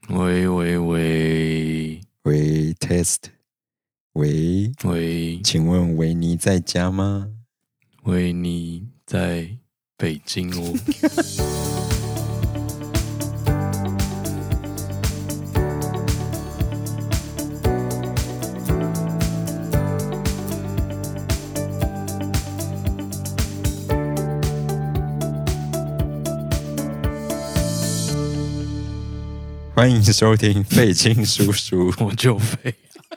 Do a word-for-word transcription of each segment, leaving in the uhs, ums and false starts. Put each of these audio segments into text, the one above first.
喂喂喂喂 test 喂喂， 请问维尼在家吗？ 喂，你在北京哦。 欢迎收听废青叔叔， 我就废，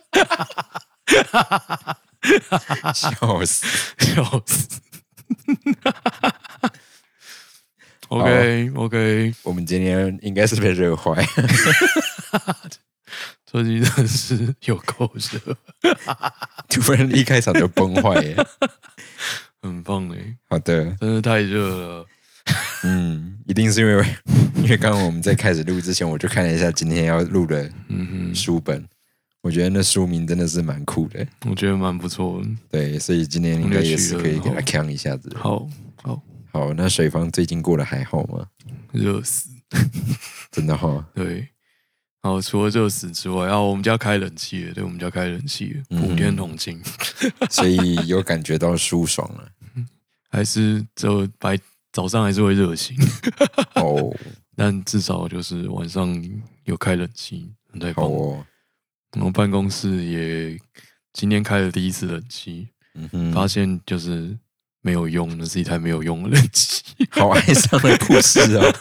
笑死笑死。OK OK， 我们今天应该是被热坏， 最近真的是有够热， 突然一开场就崩坏耶。 很棒哎， 好的， 真的太热了。 嗯，一定是因为因为刚刚我们在开始录之前，我就看了一下今天要录的书本，我觉得那书名真的是蛮酷的， 我觉得蛮不错的。 对，所以今天应该也是可以给他呛一下子。 好好好，那水方最近过得还好吗？ 热死， 真的哈、哦。 对。好，除了热死之外，啊，我们家开冷气了，对，我们家开冷气了，普天同庆， 所以有感觉到舒爽了。 还是就白早上还是会热醒哦， 但至少就是晚上有开冷气，很太棒。 哦， 然后办公室也今天开了第一次冷气， 嗯哼， 发现就是没有用，那是一台没有用的冷气。 好哀伤的故事哦。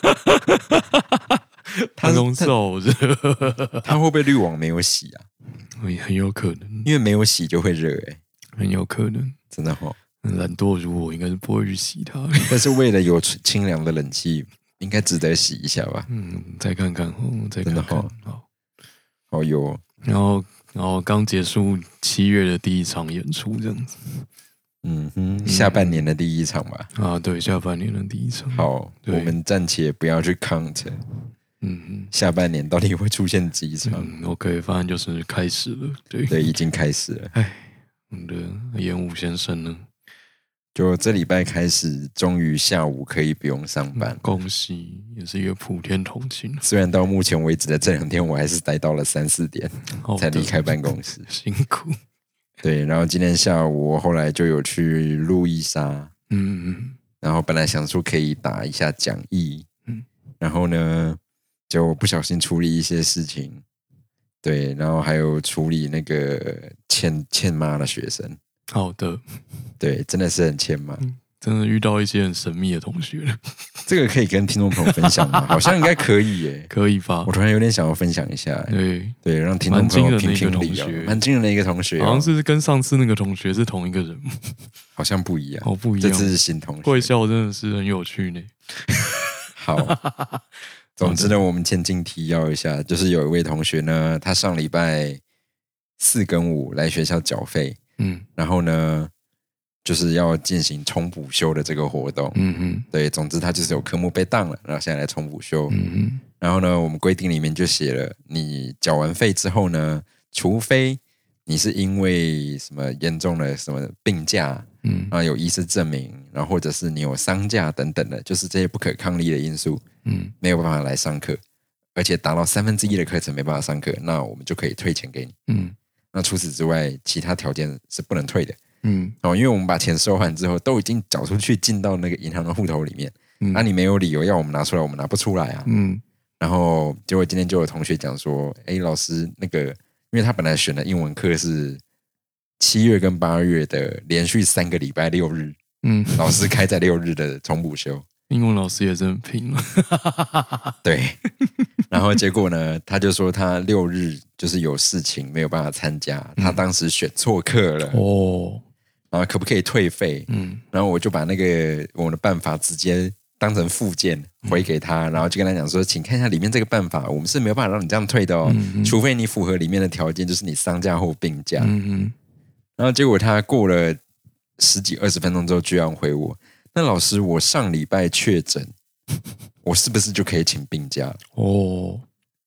办公室好热， 它会不会滤网没有洗啊？ 很有可能， 因为没有洗就会热哎、欸， 很有可能， 真的哈、哦。 懒惰如我，应该是不会去洗它。 但是为了有清凉的冷气，应该值得洗一下吧？ 嗯，再看看，哦，再看看， 真的哈、哦， 好， 好有。 然后，然后刚结束七月的第一场演出，这样子。 嗯哼，下半年的第一场吧。 啊，对，下半年的第一场。 好，我们暂且不要去 count。 嗯嗯， 下半年到底会出现几场、 嗯、？OK，反正就是开始了。对对，已经开始了。 哎，我们的演武先生呢？ 就这礼拜开始，终于下午可以不用上班， 嗯、恭喜，也是一个普天同庆。 虽然到目前为止的这两天，我还是待到了三四点才离开办公室， 辛苦。 对，然后今天下午我后来就有去路易莎， 嗯嗯， 然后本来想说可以打一下讲义， 嗯， 然后呢就不小心处理一些事情，对，然后还有处理那个欠欠妈的学生。 好的， 对，真的是很欠骂、 嗯，真的遇到一些很神秘的同学了。 这个可以跟听众朋友分享吗？好像应该可以耶， 可以吧？ 我突然有点想要分享一下， 对对，让听众朋友评评理哦。蛮惊人的一个同学、哦， 好像是跟上次那个同学是同一个人， 好像不一样， 哦，不一样， 这次是新同学。 会笑真的是很有趣呢。 好，总之呢，我们前进提要一下，就是有一位同学呢，他上礼拜四跟五来学校缴费。嗯，然后呢，就是要进行重补修的这个活动。嗯嗯，对，总之他就是有科目被当了，然后现在来重补修。嗯嗯，然后呢，我们规定里面就写了，你缴完费之后呢，除非你是因为什么严重的什么病假，嗯，然后有医师证明，然后或者是你有丧假等等的，就是这些不可抗力的因素，嗯，没有办法来上课，而且达到三分之一的课程没办法上课，那我们就可以退钱给你。嗯。那除此之外，其他条件是不能退的。嗯，哦，因为我们把钱收完之后，都已经缴出去，进到那个银行的户头里面。嗯，那、啊、你没有理由要我们拿出来，我们拿不出来啊。嗯，然后结果今天就有同学讲说，哎，老师，那个，因为他本来选的英文课是七月跟八月的连续三个礼拜六日，嗯，老师开在六日的重补修。 英文老师也是很拼了， 对。然后结果呢，他就说他六日就是有事情没有办法参加，嗯、他当时选错课了哦，然后可不可以退费？嗯，然后我就把那个我们的办法直接当成附件回给他，嗯、然后就跟他讲说，请看一下里面这个办法，我们是没有办法让你这样退的哦，嗯、除非你符合里面的条件，就是你丧假或病假。嗯，然后结果他过了十几二十分钟之后，居然回我。那老师，我上礼拜确诊，我是不是就可以请病假哦？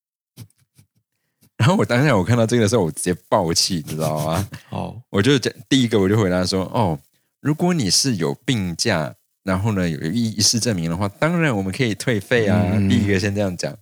然后我当下我看到这个的时候，我直接爆气，你知道吗？好，我就第一个我就回答说：哦，如果你是有病假，然后呢有医师证明的话，当然我们可以退费啊。嗯、第一个先这样讲。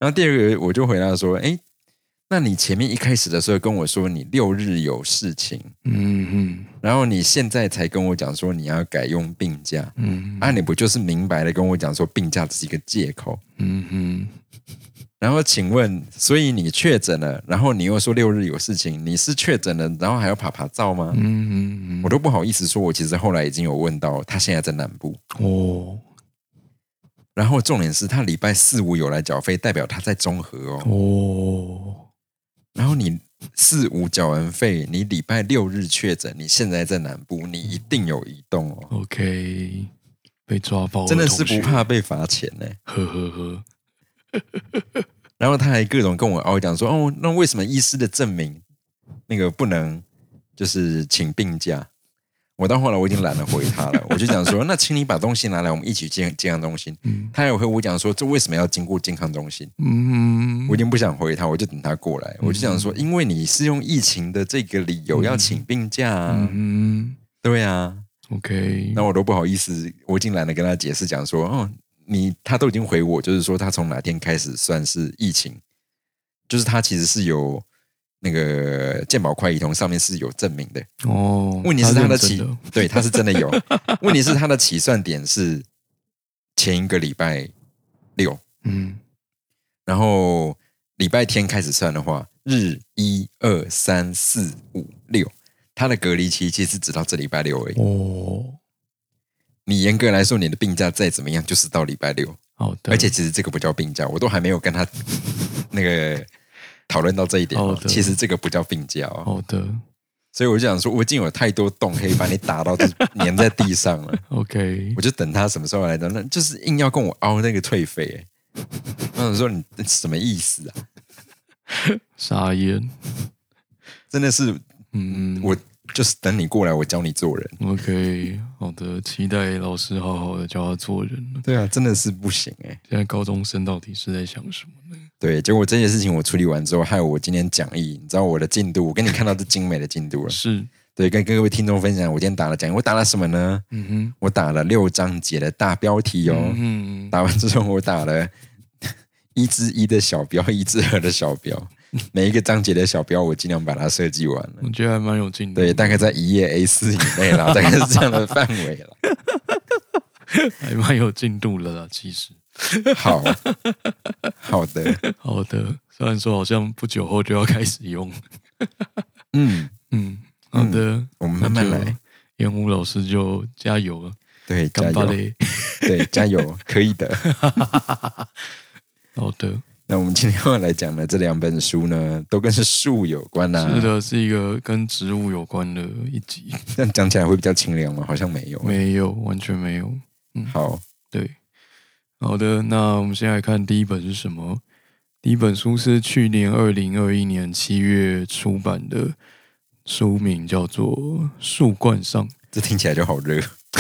然后第二个我就回答说，哎，那你前面一开始的时候跟我说你六日有事情，嗯嗯，然后你现在才跟我讲说你要改用病假，嗯，啊，你不就是明白的跟我讲说病假只是一个借口，嗯哼。然后请问，所以你确诊了，然后你又说六日有事情，你是确诊了，然后还要爬爬照吗？嗯嗯嗯，我都不好意思说，我其实后来已经有问到，他现在在南部哦。然后重点是他礼拜四五有来缴费，代表他在中和哦。哦。然后你四五缴完费，你礼拜六日确诊，你现在在南部，你一定有移动哦。 OK， 被抓包， 真的是不怕被罚钱呢。 呵呵呵。 然后他还各种跟我凹讲说，哦，那为什么医师的证明那个不能就是请病假？我到后来我已经懒得回他了，我就讲说，那请你把东西拿来，我们一起健健康中心。嗯、他有回我讲说，这为什么要经过健康中心？嗯、我已经不想回他，我就等他过来。嗯、我就想说，因为你是用疫情的这个理由要请病假啊。嗯、对啊 ，OK， 那我都不好意思，我已经懒得跟他解释讲说，哦。你他都已经回我，就是说他从哪天开始算是疫情，就是他其实是有那个健保快易通上面是有证明的哦。问题是他的起，的对，他是真的有。问题是他的起算点是前一个礼拜六，嗯，然后礼拜天开始算的话，日一二三四五六，他的隔离期其实只到这礼拜六而已哦。你严格来说，你的病假再怎么样，就是到礼拜六。 好的， 而且其实这个不叫病假，我都还没有跟他那个讨论到这一点。哦，其实这个不叫病假哦。 好的， 所以我就想说，我已经有太多洞可以把你打到就粘在地上了。 OK， 我就等他什么时候来的，那就是硬要跟我凹那个退费。我想说你什么意思啊？ 傻眼， 真的是，嗯，我。就是等你过来，我教你做人。 OK， 好的，期待老师好好的教他做人。 对啊，真的是不行哎、欸！ 现在高中生到底是在想什么呢？ 对，结果这件事情我处理完之后，害我今天讲义，你知道我的进度，我跟你看到这精美的进度了。 是， 对，跟各位听众分享，我今天打了讲义，我打了什么呢？嗯哼，我打了六章节的大标题哦。嗯，打完之后，我打了一至一的小标，一至二的小标。每一个章节的小标，我尽量把它设计完了。 我觉得还蛮有进度， 对，大概在一页 A 四 以内啦，大概是这样的范围了， 还蛮有进度了啦。其实， 好好的， 好的。虽然说好像不久后就要开始用，嗯嗯，好的，嗯、 我们慢慢来。 烟雾老师就加油了， 对，加油，对，加油，可以的。 好的。 那我们今天要来讲的这两本书呢，都跟树有关啊。 是的，是一个跟植物有关的一集。 但讲起来会比较清凉吗？好像没有， 没有，完全没有。 嗯，好， 对，好的。那我们先来看第一本是什么？第一本书是去年二零二一年七月出版的，书名叫做《树冠上》。 这听起来就好热。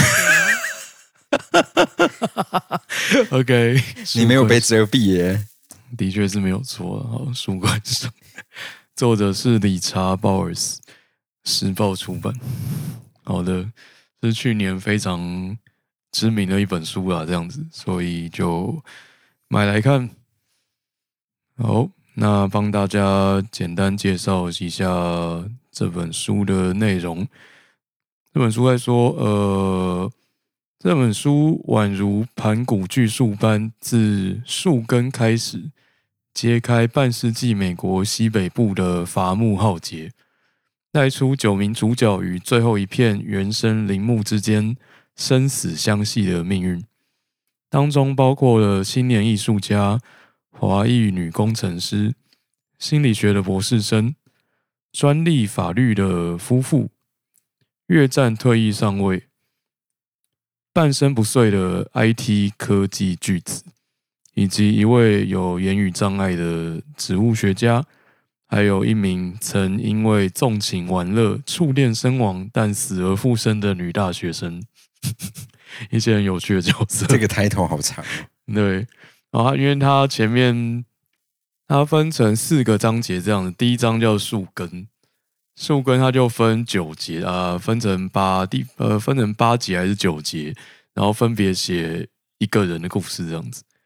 OK， 你没有被遮蔽耶。 的确是没有错。好，书冠上，作者是理查·鲍尔斯，时报出版。好的，是去年非常知名的一本书啦，这样子，所以就买来看。好，那帮大家简单介绍一下这本书的内容。这本书在说，呃。这本书宛如盘古巨树般，自树根开始，揭开半世纪美国西北部的伐木浩劫，带出九名主角与最后一片原生林木之间生死相系的命运。当中包括了青年艺术家、华裔女工程师、心理学的博士生、专利法律的夫妇、越战退役上尉、半身不遂的 I T 科技巨子，以及一位有言语障碍的植物学家，还有一名曾因为纵情玩乐触电身亡但死而复生的女大学生，一些很有趣的角色。 这个title好长哦。 对，然后因为它前面它分成四个章节这样子，第一章叫树根。树根它就分九节啊、呃，分成八第呃分成八节还是九节，然后分别写一个人的故事这样子。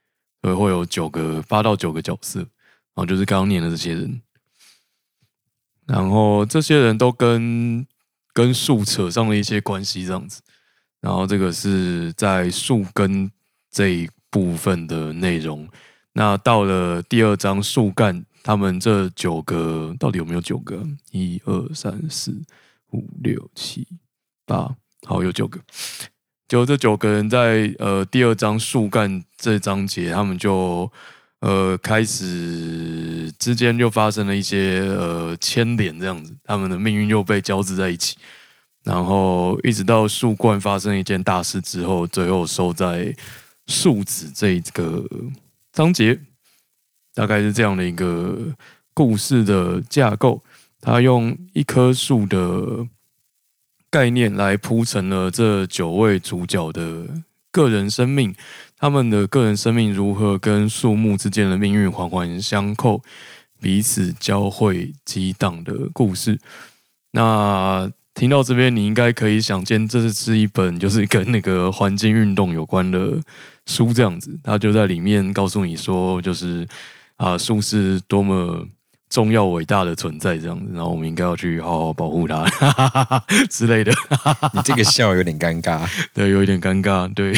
所以会有九个八到九个角色，然后就是刚刚念的这些人，然后这些人都跟跟树扯上了一些关系这样子，然后这个是在树根这一部分的内容。那到了第二章树干，他们这九个到底有没有九个？一二三四五六七八，好，有九个。就这九个人在呃第二章树干这章节，他们就呃开始之间就发生了一些呃牵连，这样子，他们的命运又被交织在一起，然后一直到树冠发生一件大事之后，最后收在树子这个章节，大概是这样的一个故事的架构。他用一棵树的概念来铺成了这九位主角的个人生命，他们的个人生命如何跟树木之间的命运环环相扣，彼此交汇激荡的故事。那听到这边，你应该可以想见，这是一本就是跟那个环境运动有关的书，这样子，他就在里面告诉你说，就是啊，树是多么重要伟大的存在这样子，然后我们应该要去好好保护它之类的。 你这个笑有点尴尬， 对，有一点尴尬，对。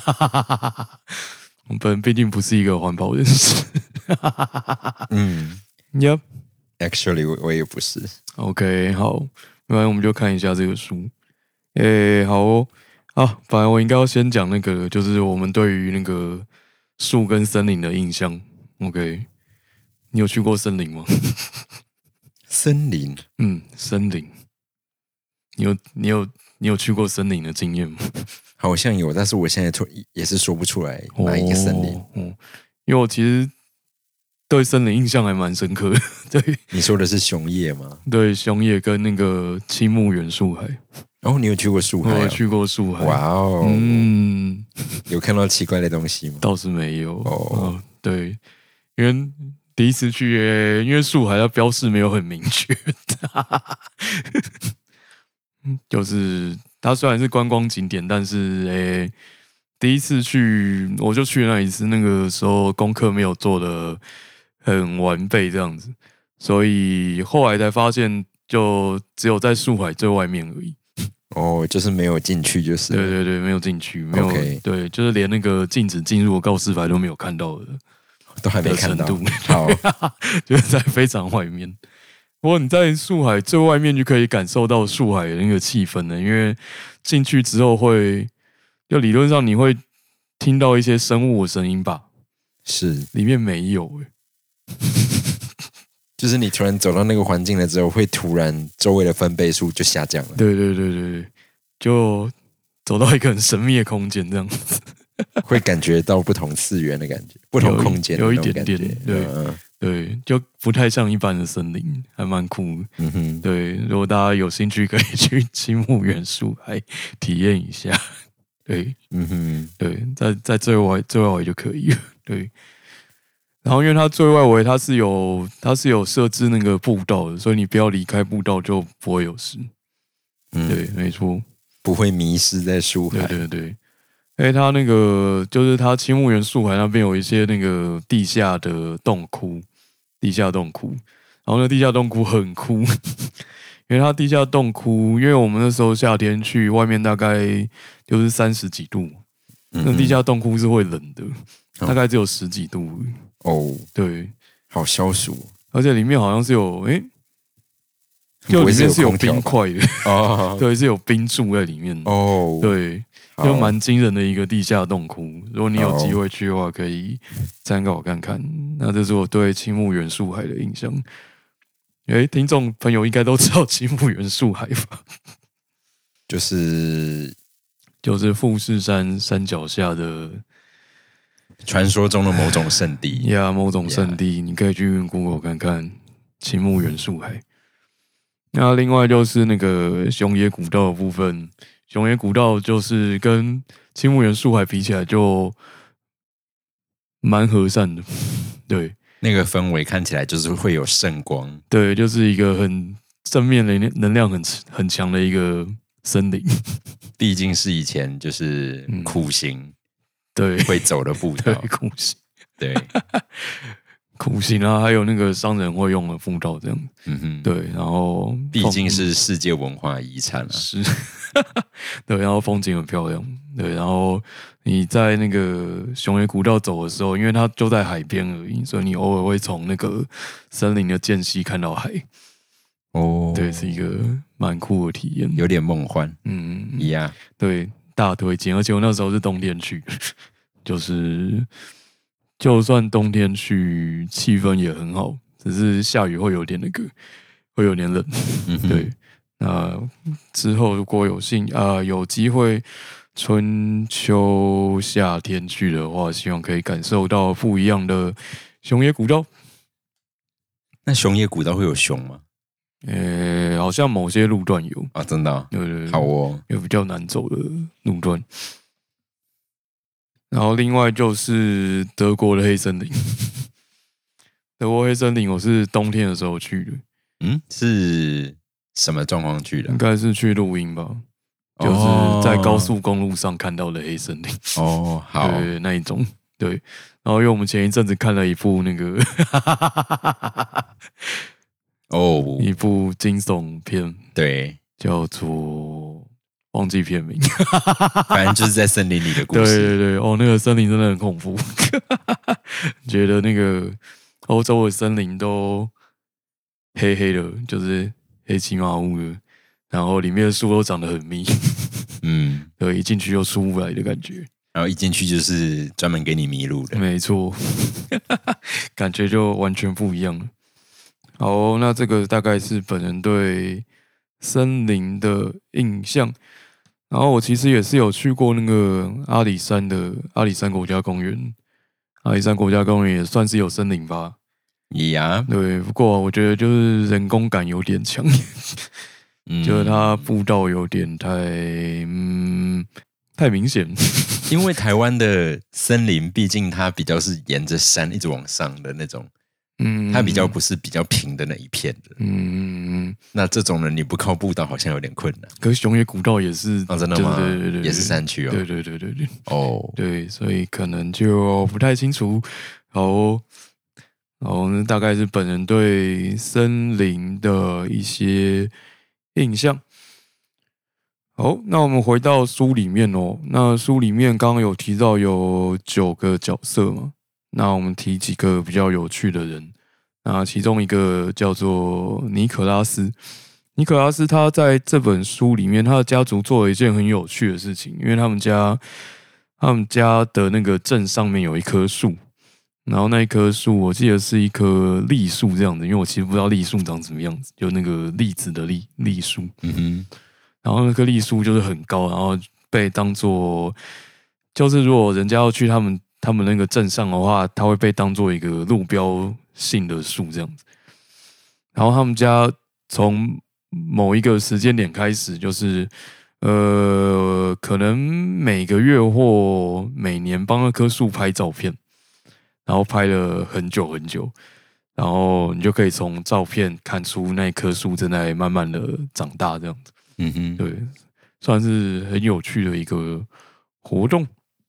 我们毕竟不是一个环保人士。 嗯 ，Yep，Actually， 我, 我也不是。 OK， 好，不然我们就看一下这个书。诶，好哦，啊，本来我应该要先讲那个，就是我们对于那个树跟森林的印象。OK。你有去过森林吗？ 森林， 嗯，森林。你有你有你有去过森林的经验吗？ 好像有，但是我现在突也是说不出来哪一个森林。 哦哦、因为我其实对森林印象还蛮深刻的。对， 你说的是熊野吗？ 对，熊野跟那个青木原树海。 哦，你有去过树海、哦？ 我有去过树海。 哇哦，嗯，有看到奇怪的东西吗？ 倒是没有。哦， 哦对，因为。第一次去、欸，因为树海它标示没有很明确，就是它虽然是观光景点，但是诶、欸，第一次去我就去那一次，那个时候功课没有做的很完备，这样子，所以后来才发现，就只有在树海最外面而已。 哦，就是没有进去，就是对对对，没有进去，没有、okay. 对，就是连那个禁止进入的告示牌都没有看到的。 都还没看到， 好，就是在非常外面。不过你在树海最外面就可以感受到树海的那个气氛了，因为进去之后会，就理论上你会听到一些生物的声音吧？ 是， 里面没有诶、 欸，就是你突然走到那个环境了之后，会突然周围的分贝数就下降了。 对对对对对，就走到一个很神秘的空间这样子。 会感觉到不同次元的感觉，不同空间的有一点点，对、 嗯、 对，就不太像一般的森林，还蛮酷。 嗯哼， 对，如果大家有兴趣，可以去青木原树海体验一下。对， 嗯哼， 对，在在最外最外围就可以了。对，然后因为它最外围它是有它是有设置那个步道的，所以你不要离开步道就不会有事。嗯，对，没错， 不会迷失在树海。 对对对。因为它那个就是它青木原树海那边有一些那个地下的洞窟，地下洞窟，然后那地下洞窟很酷，因为它地下洞窟，因为我们那时候夏天去，外面大概就是三十几度，嗯、那地下洞窟是会冷的，嗯、大概只有十几度哦， 对， 好消暑， 而且里面好像是有诶。欸就里面是有冰块的哦，对，是有冰柱在里面哦， 对，就蛮惊人的一个地下洞窟。如果你有机会去的话，可以参考看看。那这是我对青木原树海的印象。诶，听众朋友应该都知道青木原树海吧？ 就是就是富士山山脚下的传说中的某种圣地呀， yeah, 某种圣地， yeah. 你可以去 Google 看看青木原树海。那另外就是那个熊野古道的部分，熊野古道就是跟青木原树海比起来就蛮和善的，对， 那个氛围看起来就是会有圣光， 对，就是一个很正面的能量很很强的一个森林， 毕竟是以前就是苦行、嗯、 对会走的步道， 对苦行， 对， 苦行啊，还有那个商人会用的步道这样。 嗯哼， 对，然后毕竟是世界文化遗产啊。 是，对，然后风景很漂亮。对，然后你在那个熊野古道走的时候，因为它就在海边而已，所以你偶尔会从那个森林的间隙看到海。 哦， 对，是一个蛮酷的体验， 有点梦幻。 嗯嗯， 一样。 对，大推荐。而且我那时候是冬天去，就是就算冬天去，气氛也很好，只是下雨会有点那个，会有点冷。 嗯、 对，那之后如果有幸啊、呃、有机会春秋夏天去的话，希望可以感受到不一样的熊野古道。 那熊野古道会有熊吗？ 呃，好像某些路段有啊，真的、哦， 对对对， 好哦， 有比较难走的路段。然后另外就是德国的黑森林，德国黑森林我是冬天的时候去的。 嗯，是什么状况去的？ 应该是去露营吧，就是在高速公路上看到的黑森林。 哦，好， 对，那一种。对，然后因为我们前一阵子看了一部那个哦， 一部惊悚片， 对， 叫做忘记片名， 反正就是在森林里的故事。 对对对，哦，那个森林真的很恐怖，觉得那个欧洲的森林都黑黑的，就是黑漆麻乌的，然后里面的树都长得很密，嗯，对，一进去就出不来的感觉。 然后一进去就是专门给你迷路的， 没错，感觉就完全不一样了。好，那这个大概是本人对森林的印象。然后我其实也是有去过那个阿里山的阿里山国家公园，阿里山国家公园也算是有森林吧。 呀， 对，不过我觉得就是人工感有点强，嗯、就是它步道有点太嗯太明显。 因为台湾的森林，毕竟它比较是沿着山一直往上的那种，嗯，它比较不是比较平的那一片的，嗯，那这种人你不靠步道好像有点困难。 可是熊野古道也是， 哦，真的吗？ 对对对对， 也是山区哦。 对对对对对， 哦， 对，所以可能就不太清楚。好、哦，然后呢，大概是本人对森林的一些印象。好，那我们回到书里面哦。那书里面刚刚有提到有九个角色嘛？那我们提几个比较有趣的人。那其中一个叫做尼可拉斯。尼可拉斯他在这本书里面，他的家族做了一件很有趣的事情，因为他们家他们家的那个镇上面有一棵树，然后那一棵树我记得是一棵栗树这样子，因为我其实不知道栗树长什么样子，就那个栗子的栗栗树。嗯哼。然后那棵栗树就是很高，然后被当作，就是如果人家要去他们他们那个镇上的话，它会被当作一个路标性的树这样子。然后他们家从某一个时间点开始，就是呃，可能每个月或每年帮那棵树拍照片，然后拍了很久很久，然后你就可以从照片看出那棵树正在慢慢的长大这样子。嗯哼，对，算是很有趣的一个活动。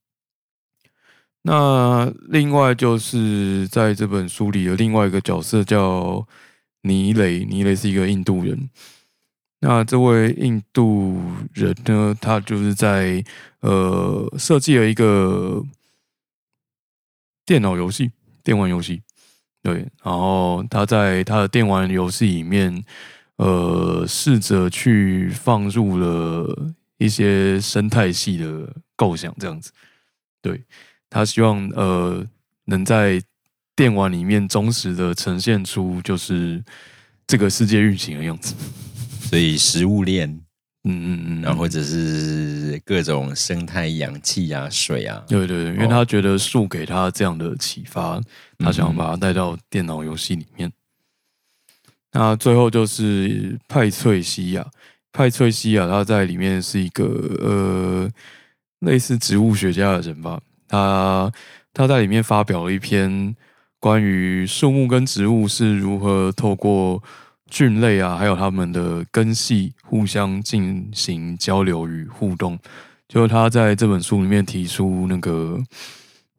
那另外就是在这本书里的另外一个角色叫尼雷，尼雷是一个印度人。那这位印度人呢，他就是在呃设计了一个电脑游戏，电玩游戏。对，然后他在他的电玩游戏里面。呃，试着去放入了一些生态系的构想，这样子。对，他希望呃能在电玩里面忠实的呈现出就是这个世界运行的样子。 所以食物链， 嗯嗯嗯， 然后或者是各种生态、氧气啊、水啊， 对对对，因为他觉得树给他这样的启发，他想要把它带到电脑游戏里面。那最后就是派翠西亚，派翠西亚他在里面是一个呃类似植物学家的人吧，他他在里面发表了一篇关于树木跟植物是如何透过菌类啊，还有它们的根系互相进行交流与互动。就是他在这本书里面提出那个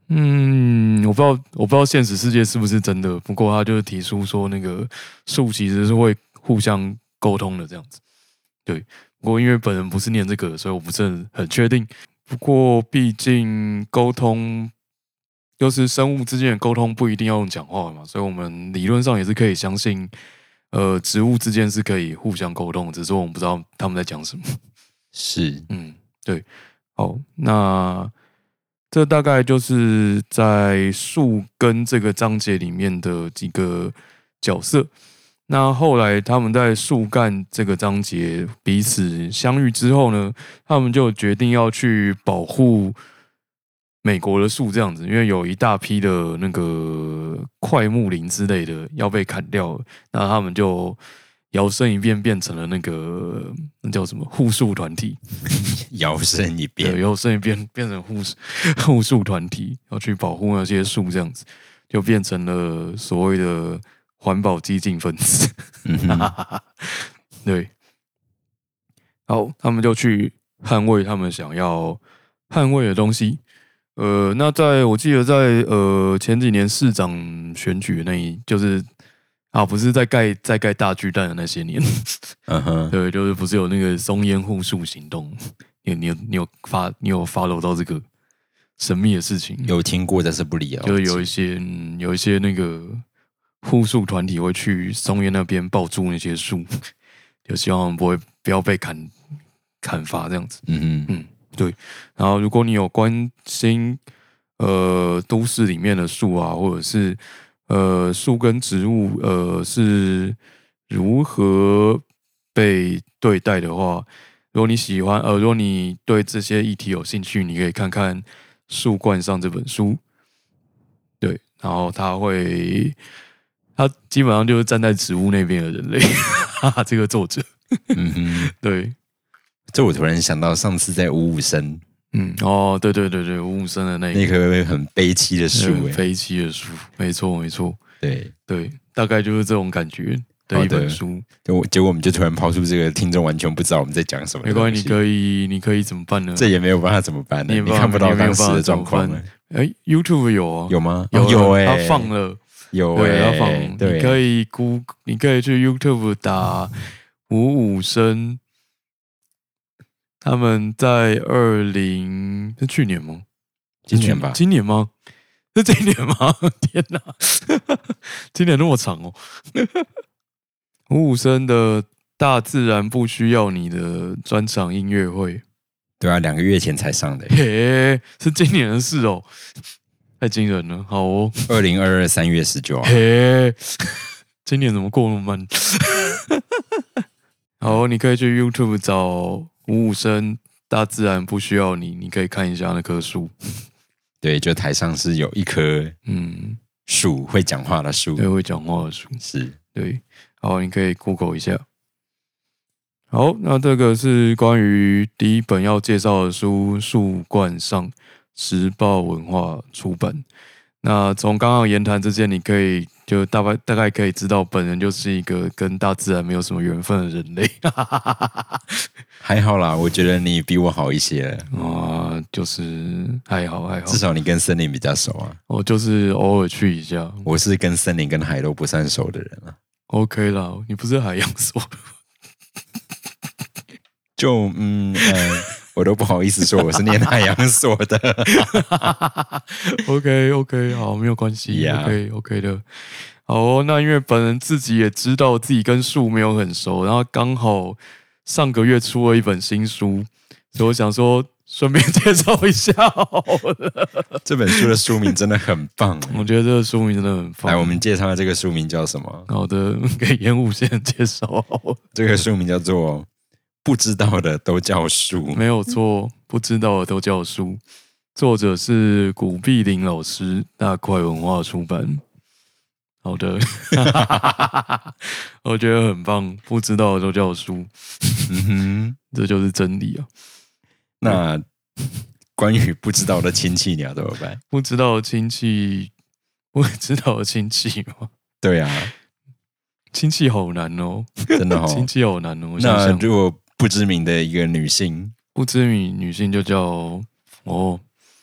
嗯，我不知道，我不知道现实世界是不是真的。不过他就是提出说，那个树其实是会互相沟通的这样子。对，不过因为本人不是念这个，所以我不是很很确定。不过毕竟沟通，就是生物之间的沟通不一定要用讲话嘛，所以我们理论上也是可以相信，呃，植物之间是可以互相沟通，只是我们不知道他们在讲什么。 是， 嗯，对。好，那。这大概就是在树根这个章节里面的几个角色。那后来他们在树干这个章节彼此相遇之后呢，他们就决定要去保护美国的树，这样子，因为有一大批的那个快木林之类的要被砍掉了，那他们就摇身一变变成了那个那叫什么护树团体。 摇身一变， 对，摇身一变变成护护树团体，要去保护那些树，这样子就变成了所谓的环保激进分子。嗯、对，好，他们就去捍卫他们想要捍卫的东西。呃，那在我记得在呃前几年市长选举那一，就是啊，不是在盖在盖大巨蛋的那些年，嗯哼，对，就是不是有那个松烟护树行动。你你有你有发你有 follow 到这个神秘的事情？ 有听过，但是不理解。 就是有一些、嗯、有一些那个护树团体会去松烟那边抱住那些树，就希望不会不要被砍砍伐这样子。嗯嗯，对。然后如果你有关心呃都市里面的树啊，或者是呃树跟植物呃是如何被对待的话。如果你喜欢，呃，如果你对这些议题有兴趣，你可以看看《树冠上》这本书。对，然后他会，他基本上就是站在植物那边的人类，哈哈，这个作者。嗯哼，对。 这我突然想到上次在五五生， 嗯，哦，对对对对，五五生的那那棵很悲凄的树， 很悲凄的树，没错没错， 对对，大概就是这种感觉。的一本书， 结果我们就突然抛出这个，听众完全不知道我们在讲什么。 没关系，你可以，你可以怎么办呢？ 这也没有办法怎么办呢？你, 你看不到当时的状况了。 哎 ，YouTube 有啊？ 有吗？ 有有哎、 欸，他放了， 有哎、欸，他放。 你可以估，你可以去 YouTube 打五五声，他们在二零是去年吗？ 今年吧？ 今年吗？是今年吗？天哪，今年那么长哦！五五声的大自然不需要你的专场音乐会， 对啊，两个月前才上的， 嘿，是今年的事哦，太惊人了。好哦， 二零二二三月十九号， 嘿，今年怎么过那么慢？好，你可以去 YouTube 找五五声大自然不需要你，你可以看一下那棵树。 对，就台上是有一棵嗯树会讲话的树， 对，会讲话的树， 是对。好，你可以 Google 一下。好，那这个是关于第一本要介绍的书《树冠上》，时报文化出版。那从刚刚言谈之间，你可以就大概大概可以知道，本人就是一个跟大自然没有什么缘分的人类。 还好啦，我觉得你比我好一些了。 啊，就是还好还好， 至少你跟森林比较熟啊。 我就是偶尔去一下。 我是跟森林跟海都不算熟的人啊。 OK 啦，你不是海洋所的， 就嗯呃，我都不好意思说我是念海洋所的。 OK OK， 好，没有关系。 Yeah. OK OK 的，好哦。那因为本人自己也知道自己跟树没有很熟，然后刚好上个月出了一本新书，所以我想说顺便介绍一下好了。 这本书的书名真的很棒， 我觉得这个书名真的很棒。 来，我们介绍这个书名叫什么？ 好的，给烟雾先介绍好了。 这个书名叫做《不知道的都叫树》， 没有错，不知道的都叫树。作者是古碧玲老师，大块文化出版。好的，我觉得很棒，不知道的都叫树。嗯哼，这就是真理啊。 那关于不知道的亲戚，你要怎么办？ 不知道的亲戚，不知道的亲戚吗？ 对啊， 亲戚好难哦， 真的哦， 亲戚好难哦。 那如果不知名的一个女性， 不知名女性就叫哦，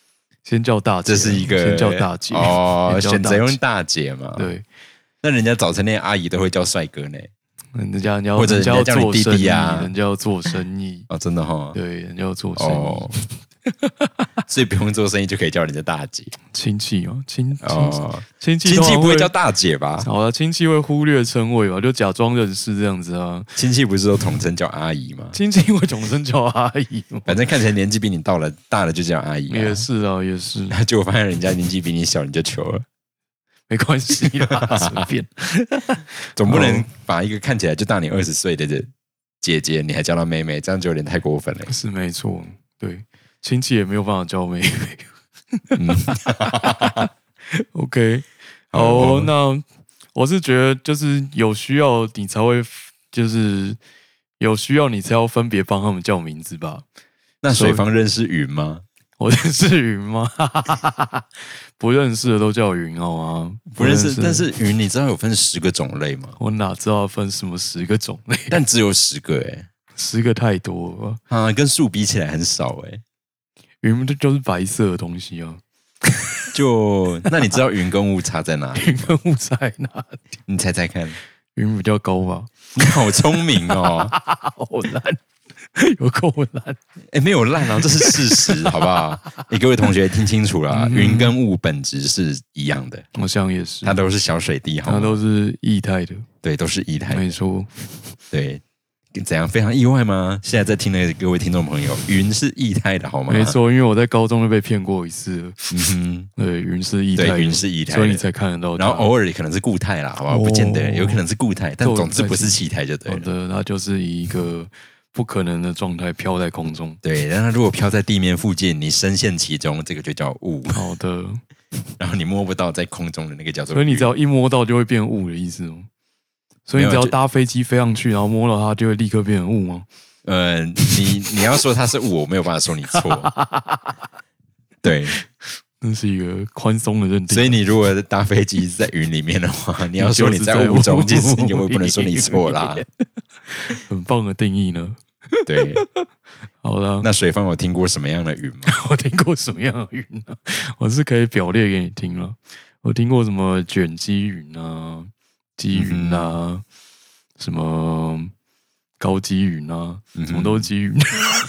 先叫大姐， 这是一个先叫大姐哦，选择用大姐嘛。 对， 那人家早晨那阿姨都会叫帅哥呢。 人家人家或者人家叫你弟弟啊， 人家要做生意哦，真的哈、哦， 对，人家要做生意，哦、 所以不用做生意就可以叫人家大姐。 亲戚哦，亲哦， 亲戚亲戚不会叫大姐吧？ 好了，亲戚会忽略称谓吧，就假装认识这样子啊。 亲戚不是都统称叫阿姨吗？ 亲戚会统称叫阿姨吗？ 反正看起来年纪比你到了大了就叫阿姨、啊。 也是啊，也是。 那就发现人家年纪比你小，你就糗了。 没关系啦，随便。 总不能把一个看起来就大你二十岁的姐姐，你还叫她妹妹，这样就有点太过分了。 是没错，对，亲戚也没有办法叫妹妹。嗯、OK， 好、哦，那我是觉得就是有需要你才会，就是有需要你才要分别帮他们叫名字吧。 那水方认识云吗？ 我认识云吗？不认识的都叫云好吗？ 不认识，但是云你知道有分十个种类吗？ 我哪知道分什么十个种类？ 但只有十个哎、欸， 十个太多了啊，跟树比起来很少哎、欸。 云就就是白色的东西啊。 就那你知道云跟雾差在哪里？ 云跟雾差在哪里？ 你猜猜看。 云比较高吧？ 你好聪明哦， 好烂。有够烂， 哎、欸，没有烂啊，这是事实，好不好？你、欸、各位同学听清楚了，云、嗯、跟雾本质是一样的， 我想也是， 它都是小水滴，好吗？ 它都是液态的， 对，都是液态的， 没错。 对，怎样？非常意外吗？现在在听的各位听众朋友，云是液态的，好吗？ 没错，因为我在高中就被骗过一次了。 嗯哼， 对，云是液态的， 对，云是液态的， 所以你才看得到。 然后偶尔可能是固态啦，好不好？哦、不见得，有可能是固态，但总之不是气态就对了。 好的，它就是一个不可能的状态飘在空中。 对，但它如果飘在地面附近，你深陷其中，这个就叫雾。 好的， 然后你摸不到在空中的那个叫做， 所以你只要一摸到就会变雾的意思哦。所以你只要搭飞机飞上去，然后摸到它，就会立刻变成雾吗？ 呃，你你要说它是雾，我没有办法说你错。对， 那是一个宽松的认定。 所以你如果搭飞机在云里面的话，你要说你在雾中，其实你就不能说你错啦。 很棒的定义呢。 对， 好了， 那水方有听过什么样的云吗？ 我听过什么样的云呢、啊？我是可以表列给你听了。我听过什么卷积云啊、积云啊、嗯、什么高积云啊，嗯、什么都是积云，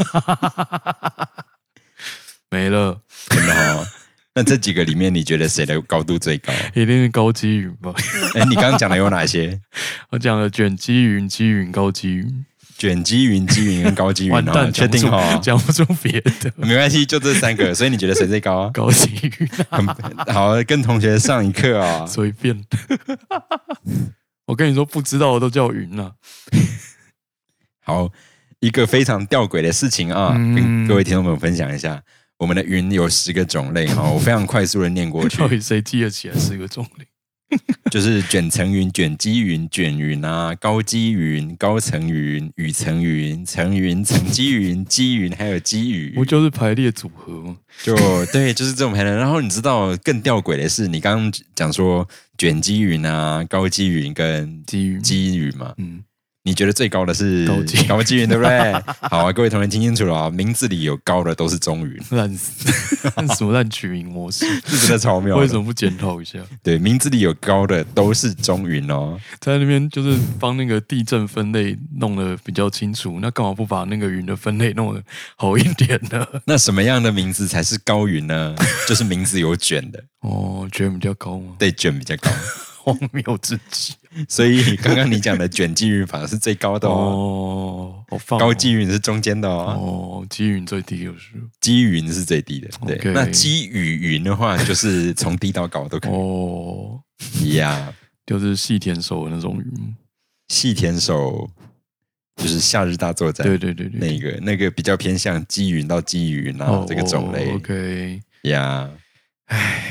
没了。 真的哦。那这几个里面，你觉得谁的高度最高？ 一定是高积云吧？ 哎、欸，你刚刚讲的有哪些？ 我讲了卷积云、积云、高积云。 卷积云、积云跟高积云哦，确定哦， 讲不出别的， 没关系，就这三个。所以你觉得谁最高啊？ 高积云、 啊，好，跟同学上一课啊、哦， 随便。我跟你说，不知道的都叫云啊。 好，一个非常吊诡的事情啊，嗯、跟各位听众朋友分享一下。我们的云有十个种类哈，我非常快速的念过去。 到底谁记得起来十个种类？ 就是卷层云、卷积云、卷云啊，高积云、高层云、羽层云、层云、层积云、积云，还有积雨。 不就是排列组合吗？ 就对，就是这种排列。然后你知道更吊诡的是，你刚刚讲说卷积云啊、高积云跟积云、 积云嘛， 嗯。 你觉得最高的是高积高积云，对不对？好啊，各位同学听清楚了啊，名字里有高的都是中云， 烂死，什么烂取名模式？ 是真的超妙的。 为什么不检讨一下？ 对，名字里有高的都是中云哦。 在那边就是帮那个地震分类弄得比较清楚，那干嘛不把那个云的分类弄得好一点呢？ 那什么样的名字才是高云呢？就是名字有卷的哦，卷比较高吗？ 对，卷比较高。 荒谬至极， 所以刚刚你讲的卷积云法是最高的哦，好放、哦、 高积云是中间的哦， 哦，积云最低就是积云是最低的，对， okay. 那积雨云的话就是从低到高都可以哦， 呀， yeah. 就是细田守的那种云， 细田守就是夏日大作战， 对对对对， 那个那个比较偏向积云到积云啊、哦、这个种类 ，OK 呀， 唉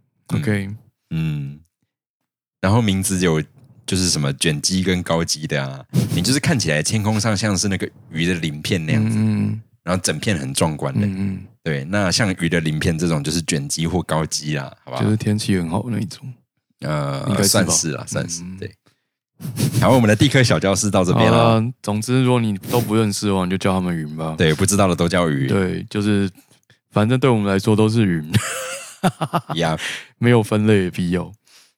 ，OK， 嗯。然后名字有就是什么卷积跟高积的啊，你就是看起来天空上像是那个鱼的鳞片那样子，嗯、然后整片很壮观的，嗯、对。那像鱼的鳞片这种就是卷积或高积啦，好不好？ 就是天气很好的那一种， 呃，是算是啦，算是、嗯、对。好，我们的地科小教室到这边了。 总之，如果你都不认识的话，你就叫他们云吧。 对，不知道的都叫云。 对，就是。 反正对我们来说都是云， 呀， 没有分类的必要。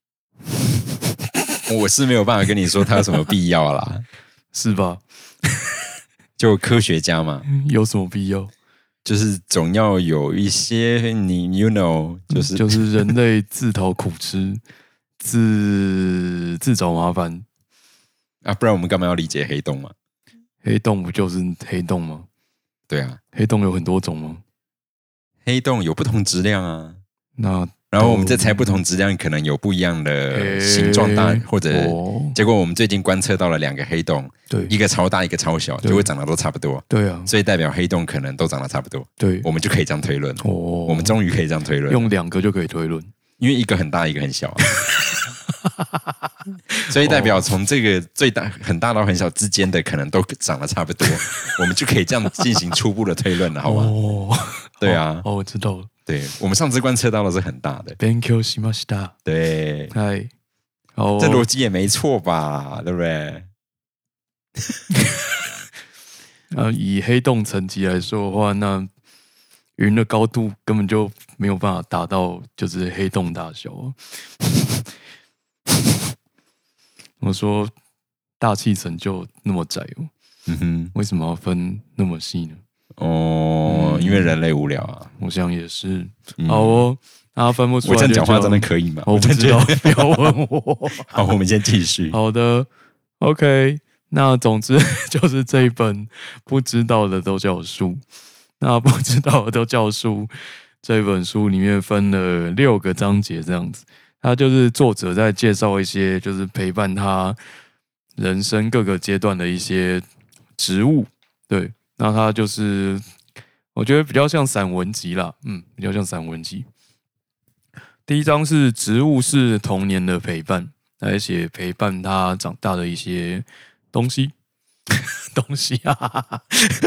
我是没有办法跟你说它有什么必要啦， 是吧？ 就科学家嘛， 有什么必要？ 就是总要有一些你 you know， 就是就是人类自讨苦吃，自自找麻烦啊，不然我们干嘛要理解黑洞嘛？ 黑洞不就是黑洞吗？ 对啊， 黑洞有很多种吗？ 黑洞有不同质量啊。 那然后我们再猜不同质量，可能有不一样的形状大，或者结果我们最近观测到了两个黑洞， 对， 一个超大，一个超小，结果长得都差不多。 对啊， 所以代表黑洞可能都长得差不多。 对， 我们就可以这样推论。哦，我们终于可以这样推论， 用两个就可以推论， 因为一个很大，一个很小、啊。所以代表从这个最大很大到很小之间的可能都长得差不多，我们就可以这样进行初步的推论了，好吗？哦，对啊， 哦，我知道了。 对，我们上次观测到的是很大的。 Thank you, しました。 对， 嗨，哦， 这逻辑也没错吧？对不对？ 啊，以黑洞层级来说的话，那云的高度根本就没有办法达到就是黑洞大小啊。我说大气层就那么窄哦，嗯哼，为什么要分那么细呢？ 哦、嗯，因为人类无聊啊， 我想也是。嗯、好哦，那分不出来， 我这样讲话真的可以吗？ 我不知道，不要问我。 好，我们先继续。 好的 ，OK。那总之就是这一本不知道的都叫书。那不知道的都叫书这本书里面分了六个章节，这样子。它就是作者在介绍一些就是陪伴他人生各个阶段的一些植物，对。那它就是我觉得比较像散文集啦，嗯，比较像散文集。第一章是植物是童年的陪伴，来写陪伴他长大的一些东西，东西啊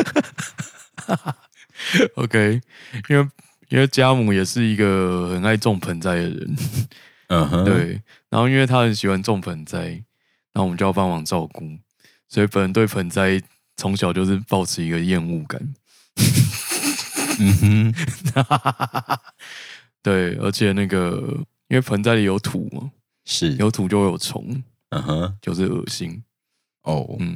，OK， 因为因为家母也是一个很爱种盆栽的人，嗯哼，对，然后因为他很喜欢种盆栽，然后我们就要帮忙照顾，所以本人对盆栽从小就是抱持一个厌恶感。嗯哼，对，而且那个因为盆栽里有土嘛， 是有土就会有虫， 嗯哼， 就是恶心。 哦，嗯，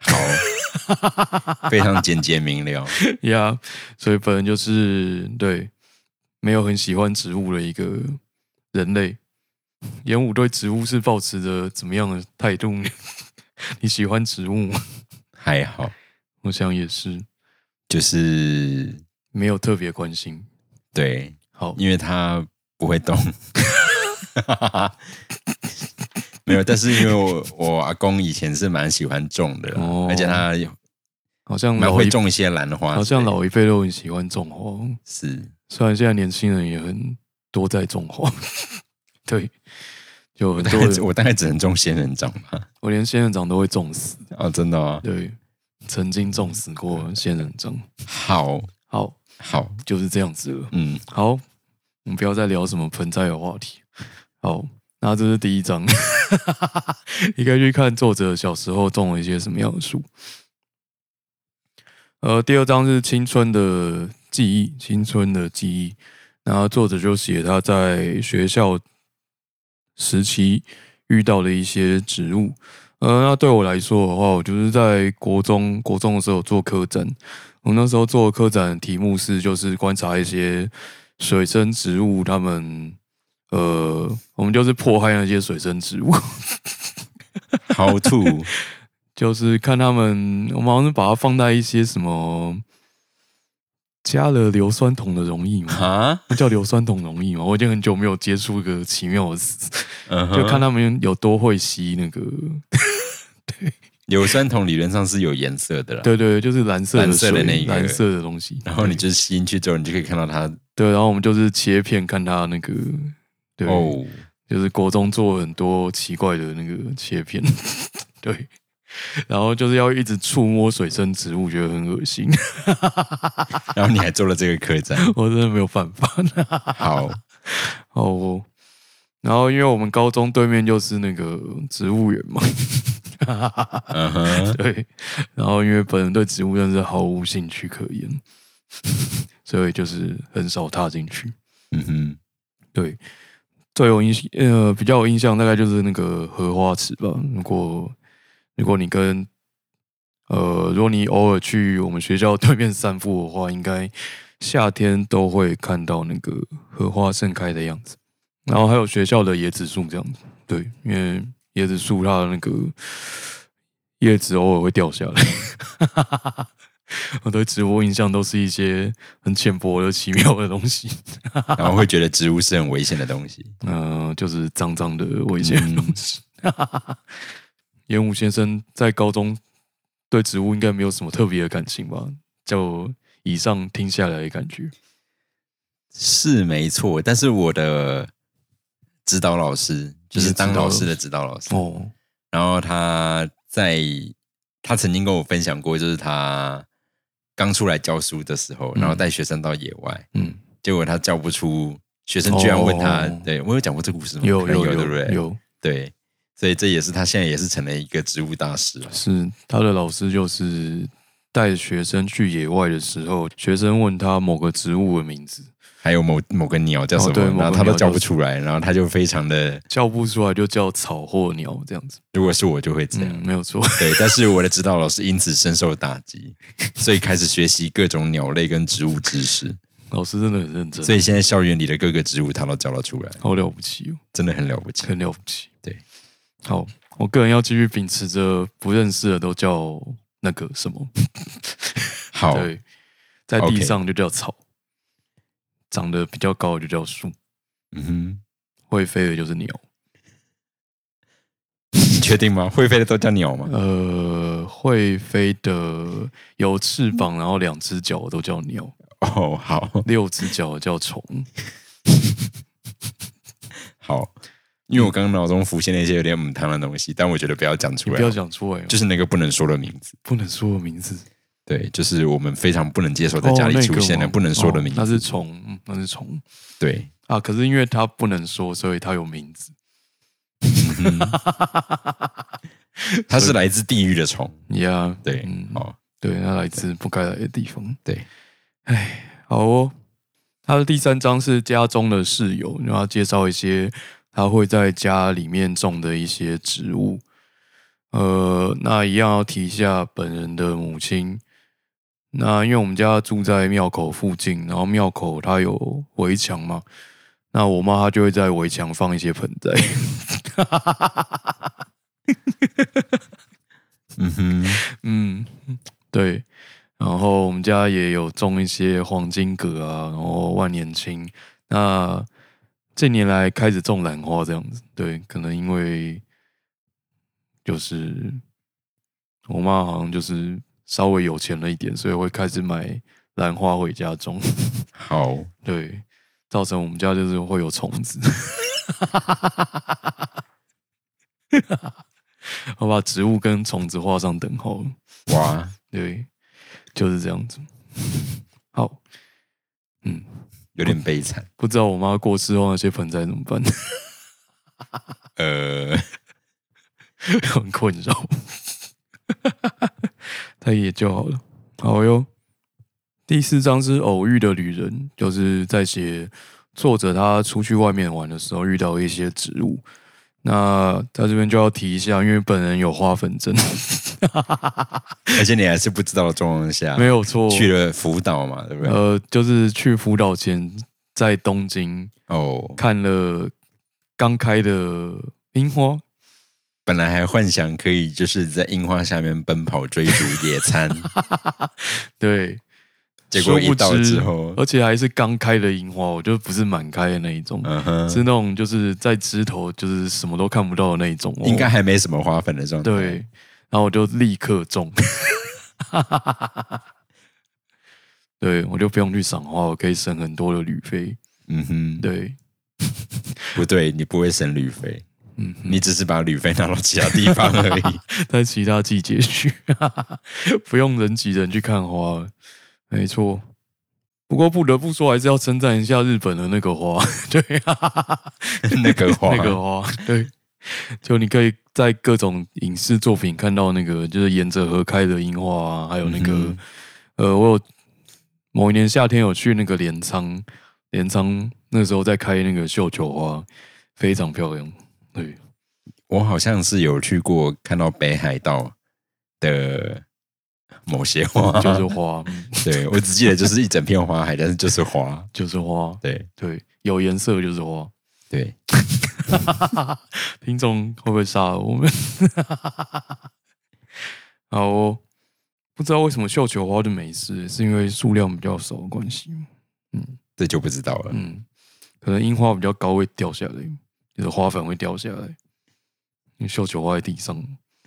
好，非常简洁明了呀。yeah, 所以本人就是对没有很喜欢植物的一个人类。演武对植物是抱持着怎么样的态度？你喜欢植物吗？ 还好， 我想也是， 就是没有特别关心。 对， 好， 因为它不会动。没有，但是因为我我阿公以前是蛮喜欢种的，哦、而且他好像蛮会种一些兰花， 好像老一辈都很喜欢种花。 是， 虽然现在年轻人也很多在种花，对，就很多人。我大概只能种仙人掌吧， 我连仙人掌都会种死。 哦，真的吗？ 对，曾经种死过仙人掌。 好， 好， 好， 就是这样子了。 嗯， 好，我们不要再聊什么盆栽的话题。好。那这是第一章，你可以去看作者小时候种了一些什么样的树。呃，第二章是青春的记忆，青春的记忆。然后作者就写他在学校时期遇到的一些植物。呃，那对我来说的话，我就是在国中国中的时候做科展，我那时候做科展的题目是就是观察一些水生植物，它们。呃，我们就是迫害那些水生植物。 How to？ 就是看他们，我们好像是把它放在一些什么加了硫酸铜的溶液嘛？啊，那叫硫酸铜溶液嘛？我已经很久没有接触一个奇妙的词， uh-huh. 就看他们有多会吸那个。对， 硫酸铜理论上是有颜色的啦。 对对，就是蓝色的蓝色的那个蓝色的东西。 然后你就是吸进去之后，你就可以看到它。 对，然后我们就是切片看它那个。对， oh. 就是国中做很多奇怪的那个切片，对，然后就是要一直触摸水生植物，觉得很恶心。 然后你还做了这个科展， 我真的没有办法。 好， 哦，然后因为我们高中对面就是那个植物园嘛， uh-huh. 对，然后因为本人对植物真是毫无兴趣可言， 所以就是很少踏进去。 嗯哼， 对，最有印呃比较有印象大概就是那个荷花池吧。如果如果你跟呃如果你偶尔去我们学校对面散步的话，应该夏天都会看到那个荷花盛开的样子。然后还有学校的椰子树这样子，对，因为椰子树它的那个叶子偶尔会掉下来。我对植物印象都是一些很浅薄的奇妙的东西。 然后会觉得植物是很危险的东西， 嗯、呃，就是脏脏的危险的东西。岩武先生在高中对植物应该没有什么特别的感情吧？就以上听下来的感觉是没错。但是我的指导老师就是当老师的指导老师哦，然后他在他曾经跟我分享过，就是他刚出来教书的时候，然后带学生到野外，嗯，结果他教不出，学生居然问他，哦、对我有讲过这个故事吗？ 有有有对不对？ 有对，所以这也是他现在也是成了一个植物大师。 是他的老师就是带学生去野外的时候，学生问他某个植物的名字。 还有某某个鸟叫什么，哦、然后他都叫不出来，然后他就非常的叫不出来，就叫草或鸟这样子。 如果是我就会这样， 嗯、没有错。 对，但是我的指导老师因此深受打击，所以开始学习各种鸟类跟植物知识。 老师真的很认真， 所以现在校园里的各个植物他都叫得出来， 好了不起哦， 真的很了不起， 很了不起。 对， 好，我个人要继续秉持着不认识的都叫那个什么， 好， 对，在地上就叫草。Okay.长得比较高的就叫树，嗯哼，会飞的就是鸟。 你确定吗？会飞的都叫鸟吗？ 呃，会飞的有翅膀，然后两只脚都叫鸟。 哦，好， 六只脚叫虫。 好，因为我刚刚脑中浮现了一些有点母汤的东西，但我觉得不要讲出来， 不要讲出来， 就是那个不能说的名字， 不能说的名字。 对，就是我们非常不能接受在家里出现的、哦那个、不能说的名字。 哦、那是虫，那是虫。 对啊，可是因为它不能说，所以它有名字。 嗯、它是来自地狱的虫。 呀， yeah, 对，嗯，哦， 对，它来自不该来的地方。 对， 哎，好哦。它的第三章是家中的室友，然后介绍一些他会在家里面种的一些植物。呃，那一样要提一下本人的母亲。那因为我们家住在庙口附近，然后庙口它有围墙嘛，那我妈她就会在围墙放一些盆栽。 嗯哼， 嗯，对。然后我们家也有种一些黄金葛啊，然后万年青。那近年来开始种兰花这样子，对，可能因为就是我妈好像就是稍微有钱了一点，所以会开始买兰花回家种。 好， 对，造成我们家就是会有虫子。我把植物跟虫子画上等号。 哇， 对，就是这样子。好，嗯， 有点悲惨。 不知道我妈过世后那些盆栽怎么办？ 呃， 很困扰。他也就好了。好哟。第四章是偶遇的旅人，就是在写作者他出去外面玩的时候遇到一些植物。那在这边就要提一下，因为本人有花粉症。 而且你还是不知道的状况下， 没有错， 去了福岛嘛，对不对？ 呃，就是去福岛前，在东京哦看了刚开的樱花。 本来还幻想可以就是在樱花下面奔跑追逐野餐， 对， 结果一到之后， 而且还是刚开的樱花，我就不是满开的那一种，嗯、是那种就是在枝头就是什么都看不到的那一种， 应该还没什么花粉的状态。 对，然后我就立刻种，对，我就不用去赏花，我可以省很多的旅费。嗯哼，对， 不对，你不会省旅费。嗯，你只是把旅费拿到其他地方而已， 在其他季节去，不用人挤人去看花，没错。不过不得不说，还是要称赞一下日本的那个花，对啊， 那个花， 那个花，对，就你可以在各种影视作品看到那个，就是沿着河开的樱花啊，还有那个，嗯、呃，我有某一年夏天有去那个镰仓，镰仓那时候在开那个绣球花，非常漂亮。对， 我好像是有去过，看到北海道的某些花， 就是花。嗯、 对，我只记得就是一整片花海，但是就是花， 就是花。 对对，有颜色就是花。 对， 听众会不会杀我们？好、哦，不知道为什么绣球花就没事，是因为数量比较少的关系。嗯， 这就不知道了。 嗯，可能樱花比较高会掉下来，就是花粉会掉下来，因为绣球花在地上。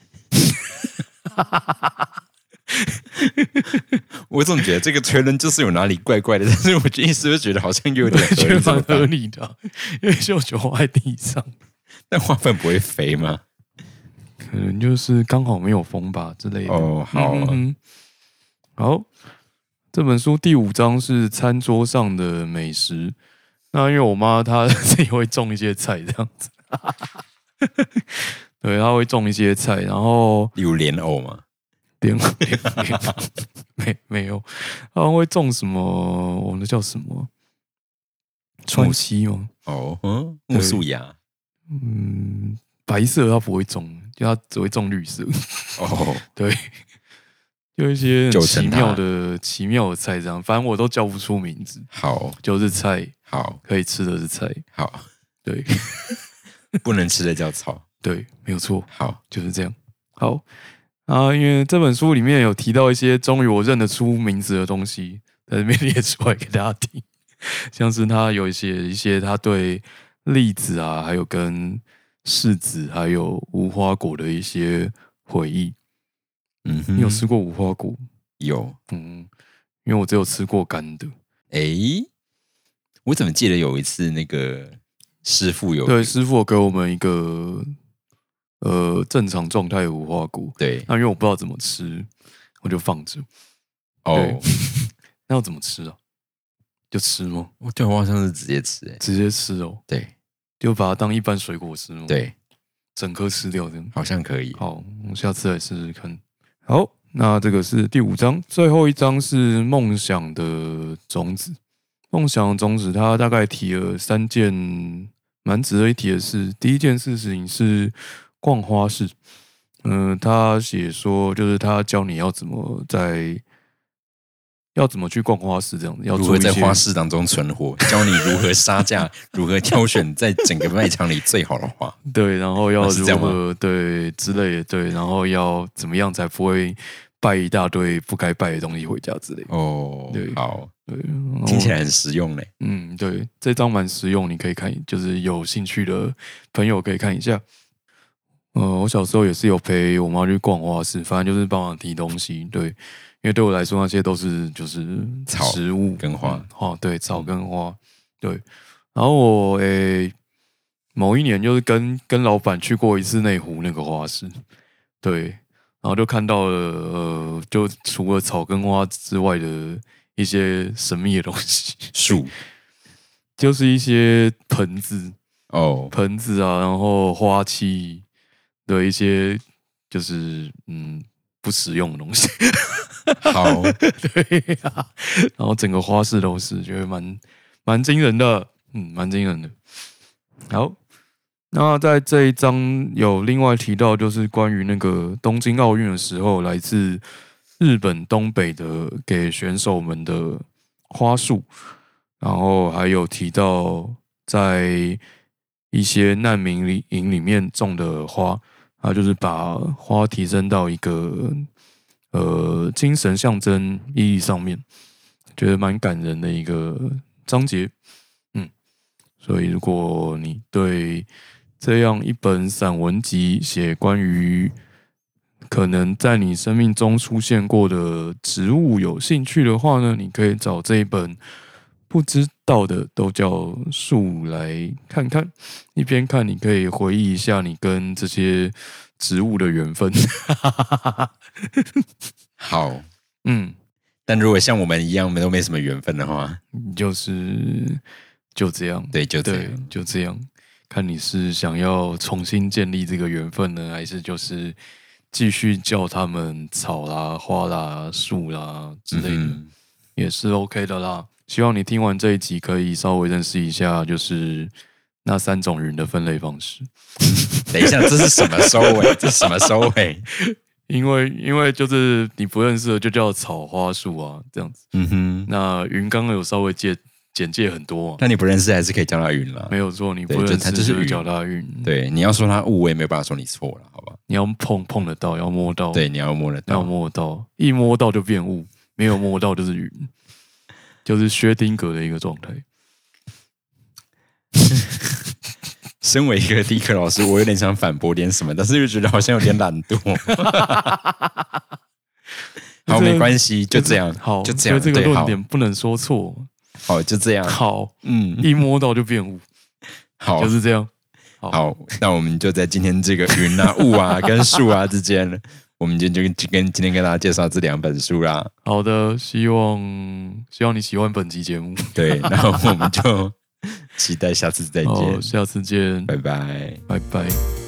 我总觉得这个推论就是有哪里怪怪的，但是我一时就觉得好像又有点合理， 蛮合理的、啊，因为绣球花在地上， 但花粉不会飞吗？ 可能就是刚好没有风吧之类的。 哦，好、啊嗯嗯，好。这本书第五章是餐桌上的美食。那因为我妈她自己会种一些菜，这样子，对，她会种一些菜，然后例如莲藕嘛， 莲藕没没有，她会种什么？我们那叫什么？川西吗？ 哦，嗯，木素芽， 嗯，白色她不会种，就她只会种绿色。 哦， 对。有一些很奇妙的奇妙的菜，这样，反正我都叫不出名字。 好， 就是菜， 好， 可以吃的是菜。 好， 对， 不能吃的叫草。 对，没有错。 好， 就是这样。好啊，因为这本书里面有提到一些终于我认得出名字的东西，在这边列出来给大家听。像是他有一些一些他对栗子啊，还有跟柿子，还有无花果的一些回忆。 嗯哼， 你有吃过无花果？ 有， 嗯，因为我只有吃过干的。 诶，我怎么记得有一次那个师傅有对师傅有给我们一个呃正常状态的无花果， 对， 那因为我不知道怎么吃，我就放着。 哦， 那要怎么吃啊？就吃吗？ 我对我好像是直接吃，诶， 直接吃哦。 对， 就把它当一般水果吃吗？ 对， 整颗吃掉这样， 好像可以。 好，我下次来试试看。好，那这个是第五章，最后一章是梦想的种子。梦想的种子，它大概提了三件蛮值得一提的事。第一件事情是逛花市，嗯、呃，他写说就是他教你要怎么在要怎么去逛花市，这样子，要如何在花市当中存活，教你如何杀价，如何挑选在整个卖场里最好的花。 对，然后要如是这样吗？ 何对之类的，对，然后要怎么样才不会拜一大堆不该拜的东西回家之类的。 哦， 对， 好， 对， 听起来很实用嘞。 嗯，对，这张蛮实用，你可以看，就是有兴趣的朋友可以看一下。呃，我小时候也是有陪我妈去逛花市，反正就是帮忙提东西，对，因为对我来说那些都是就是草植物跟花， 嗯、花对，草跟花，对。然后我诶，某一年就是跟跟老板去过一次内湖那个花市，对，然后就看到了呃，就除了草跟花之外的一些神秘的东西， 树就是一些盆子哦， 盆子啊，然后花器的一些就是嗯不实用的东西。 好， 对呀、啊，然后整个花市都是，觉得蛮蛮惊人的，嗯，蛮惊人的。好，那在这一章有另外提到，就是关于那个东京奥运的时候，来自日本东北的给选手们的花束，然后还有提到在一些难民营里面种的花，它就是把花提升到一个呃精神象征意义上面，觉得蛮感人的一个章节。嗯，所以如果你对这样一本散文集写关于可能在你生命中出现过的植物有兴趣的话呢，你可以找这一本不知道的都叫树来看看，一边看你可以回忆一下你跟这些植物的缘分。 好， 嗯， 但如果像我们一样都没什么缘分的话， 就是就这样， 对，就这样， 对，就这样。看你是想要重新建立这个缘分呢，还是就是继续叫他们草啦、花啦、树啦之类的。嗯也是 OK 的啦。希望你听完这一集可以稍微认识一下，就是那三种云的分类方式。 等一下，这是什么收尾？这是什么收尾？ 因为因为就是你不认识的就叫草花树啊，这样子。嗯哼。那云刚刚有稍微介简介很多、啊， 那你不认识还是可以叫它云啦。 没有错，你不认识它就是叫它云。 对，你要说它雾，我也没有办法说你错了，好吧？ 你要碰碰得到，要摸到。 对，你要摸得到， 要摸得到，一摸到就变雾，没有摸到就是云，就是薛丁格的一个状态。 身为一个地科老师，我有点想反驳点什么，但是又觉得好像有点懒惰。好，没关系，就这样。 好， 就这样。 所以这个论点不能说错。 好，就这样。 好，嗯，一摸到就变雾。 好， 就是这样。好， 好，那我们就在今天这个云啊、雾啊跟树啊之间，我们就就跟今天跟大家介绍这两本书啦。 好的，希望希望你喜欢本期节目。 对，然后我们就期待下次再见。 下次见， 拜拜， 拜拜。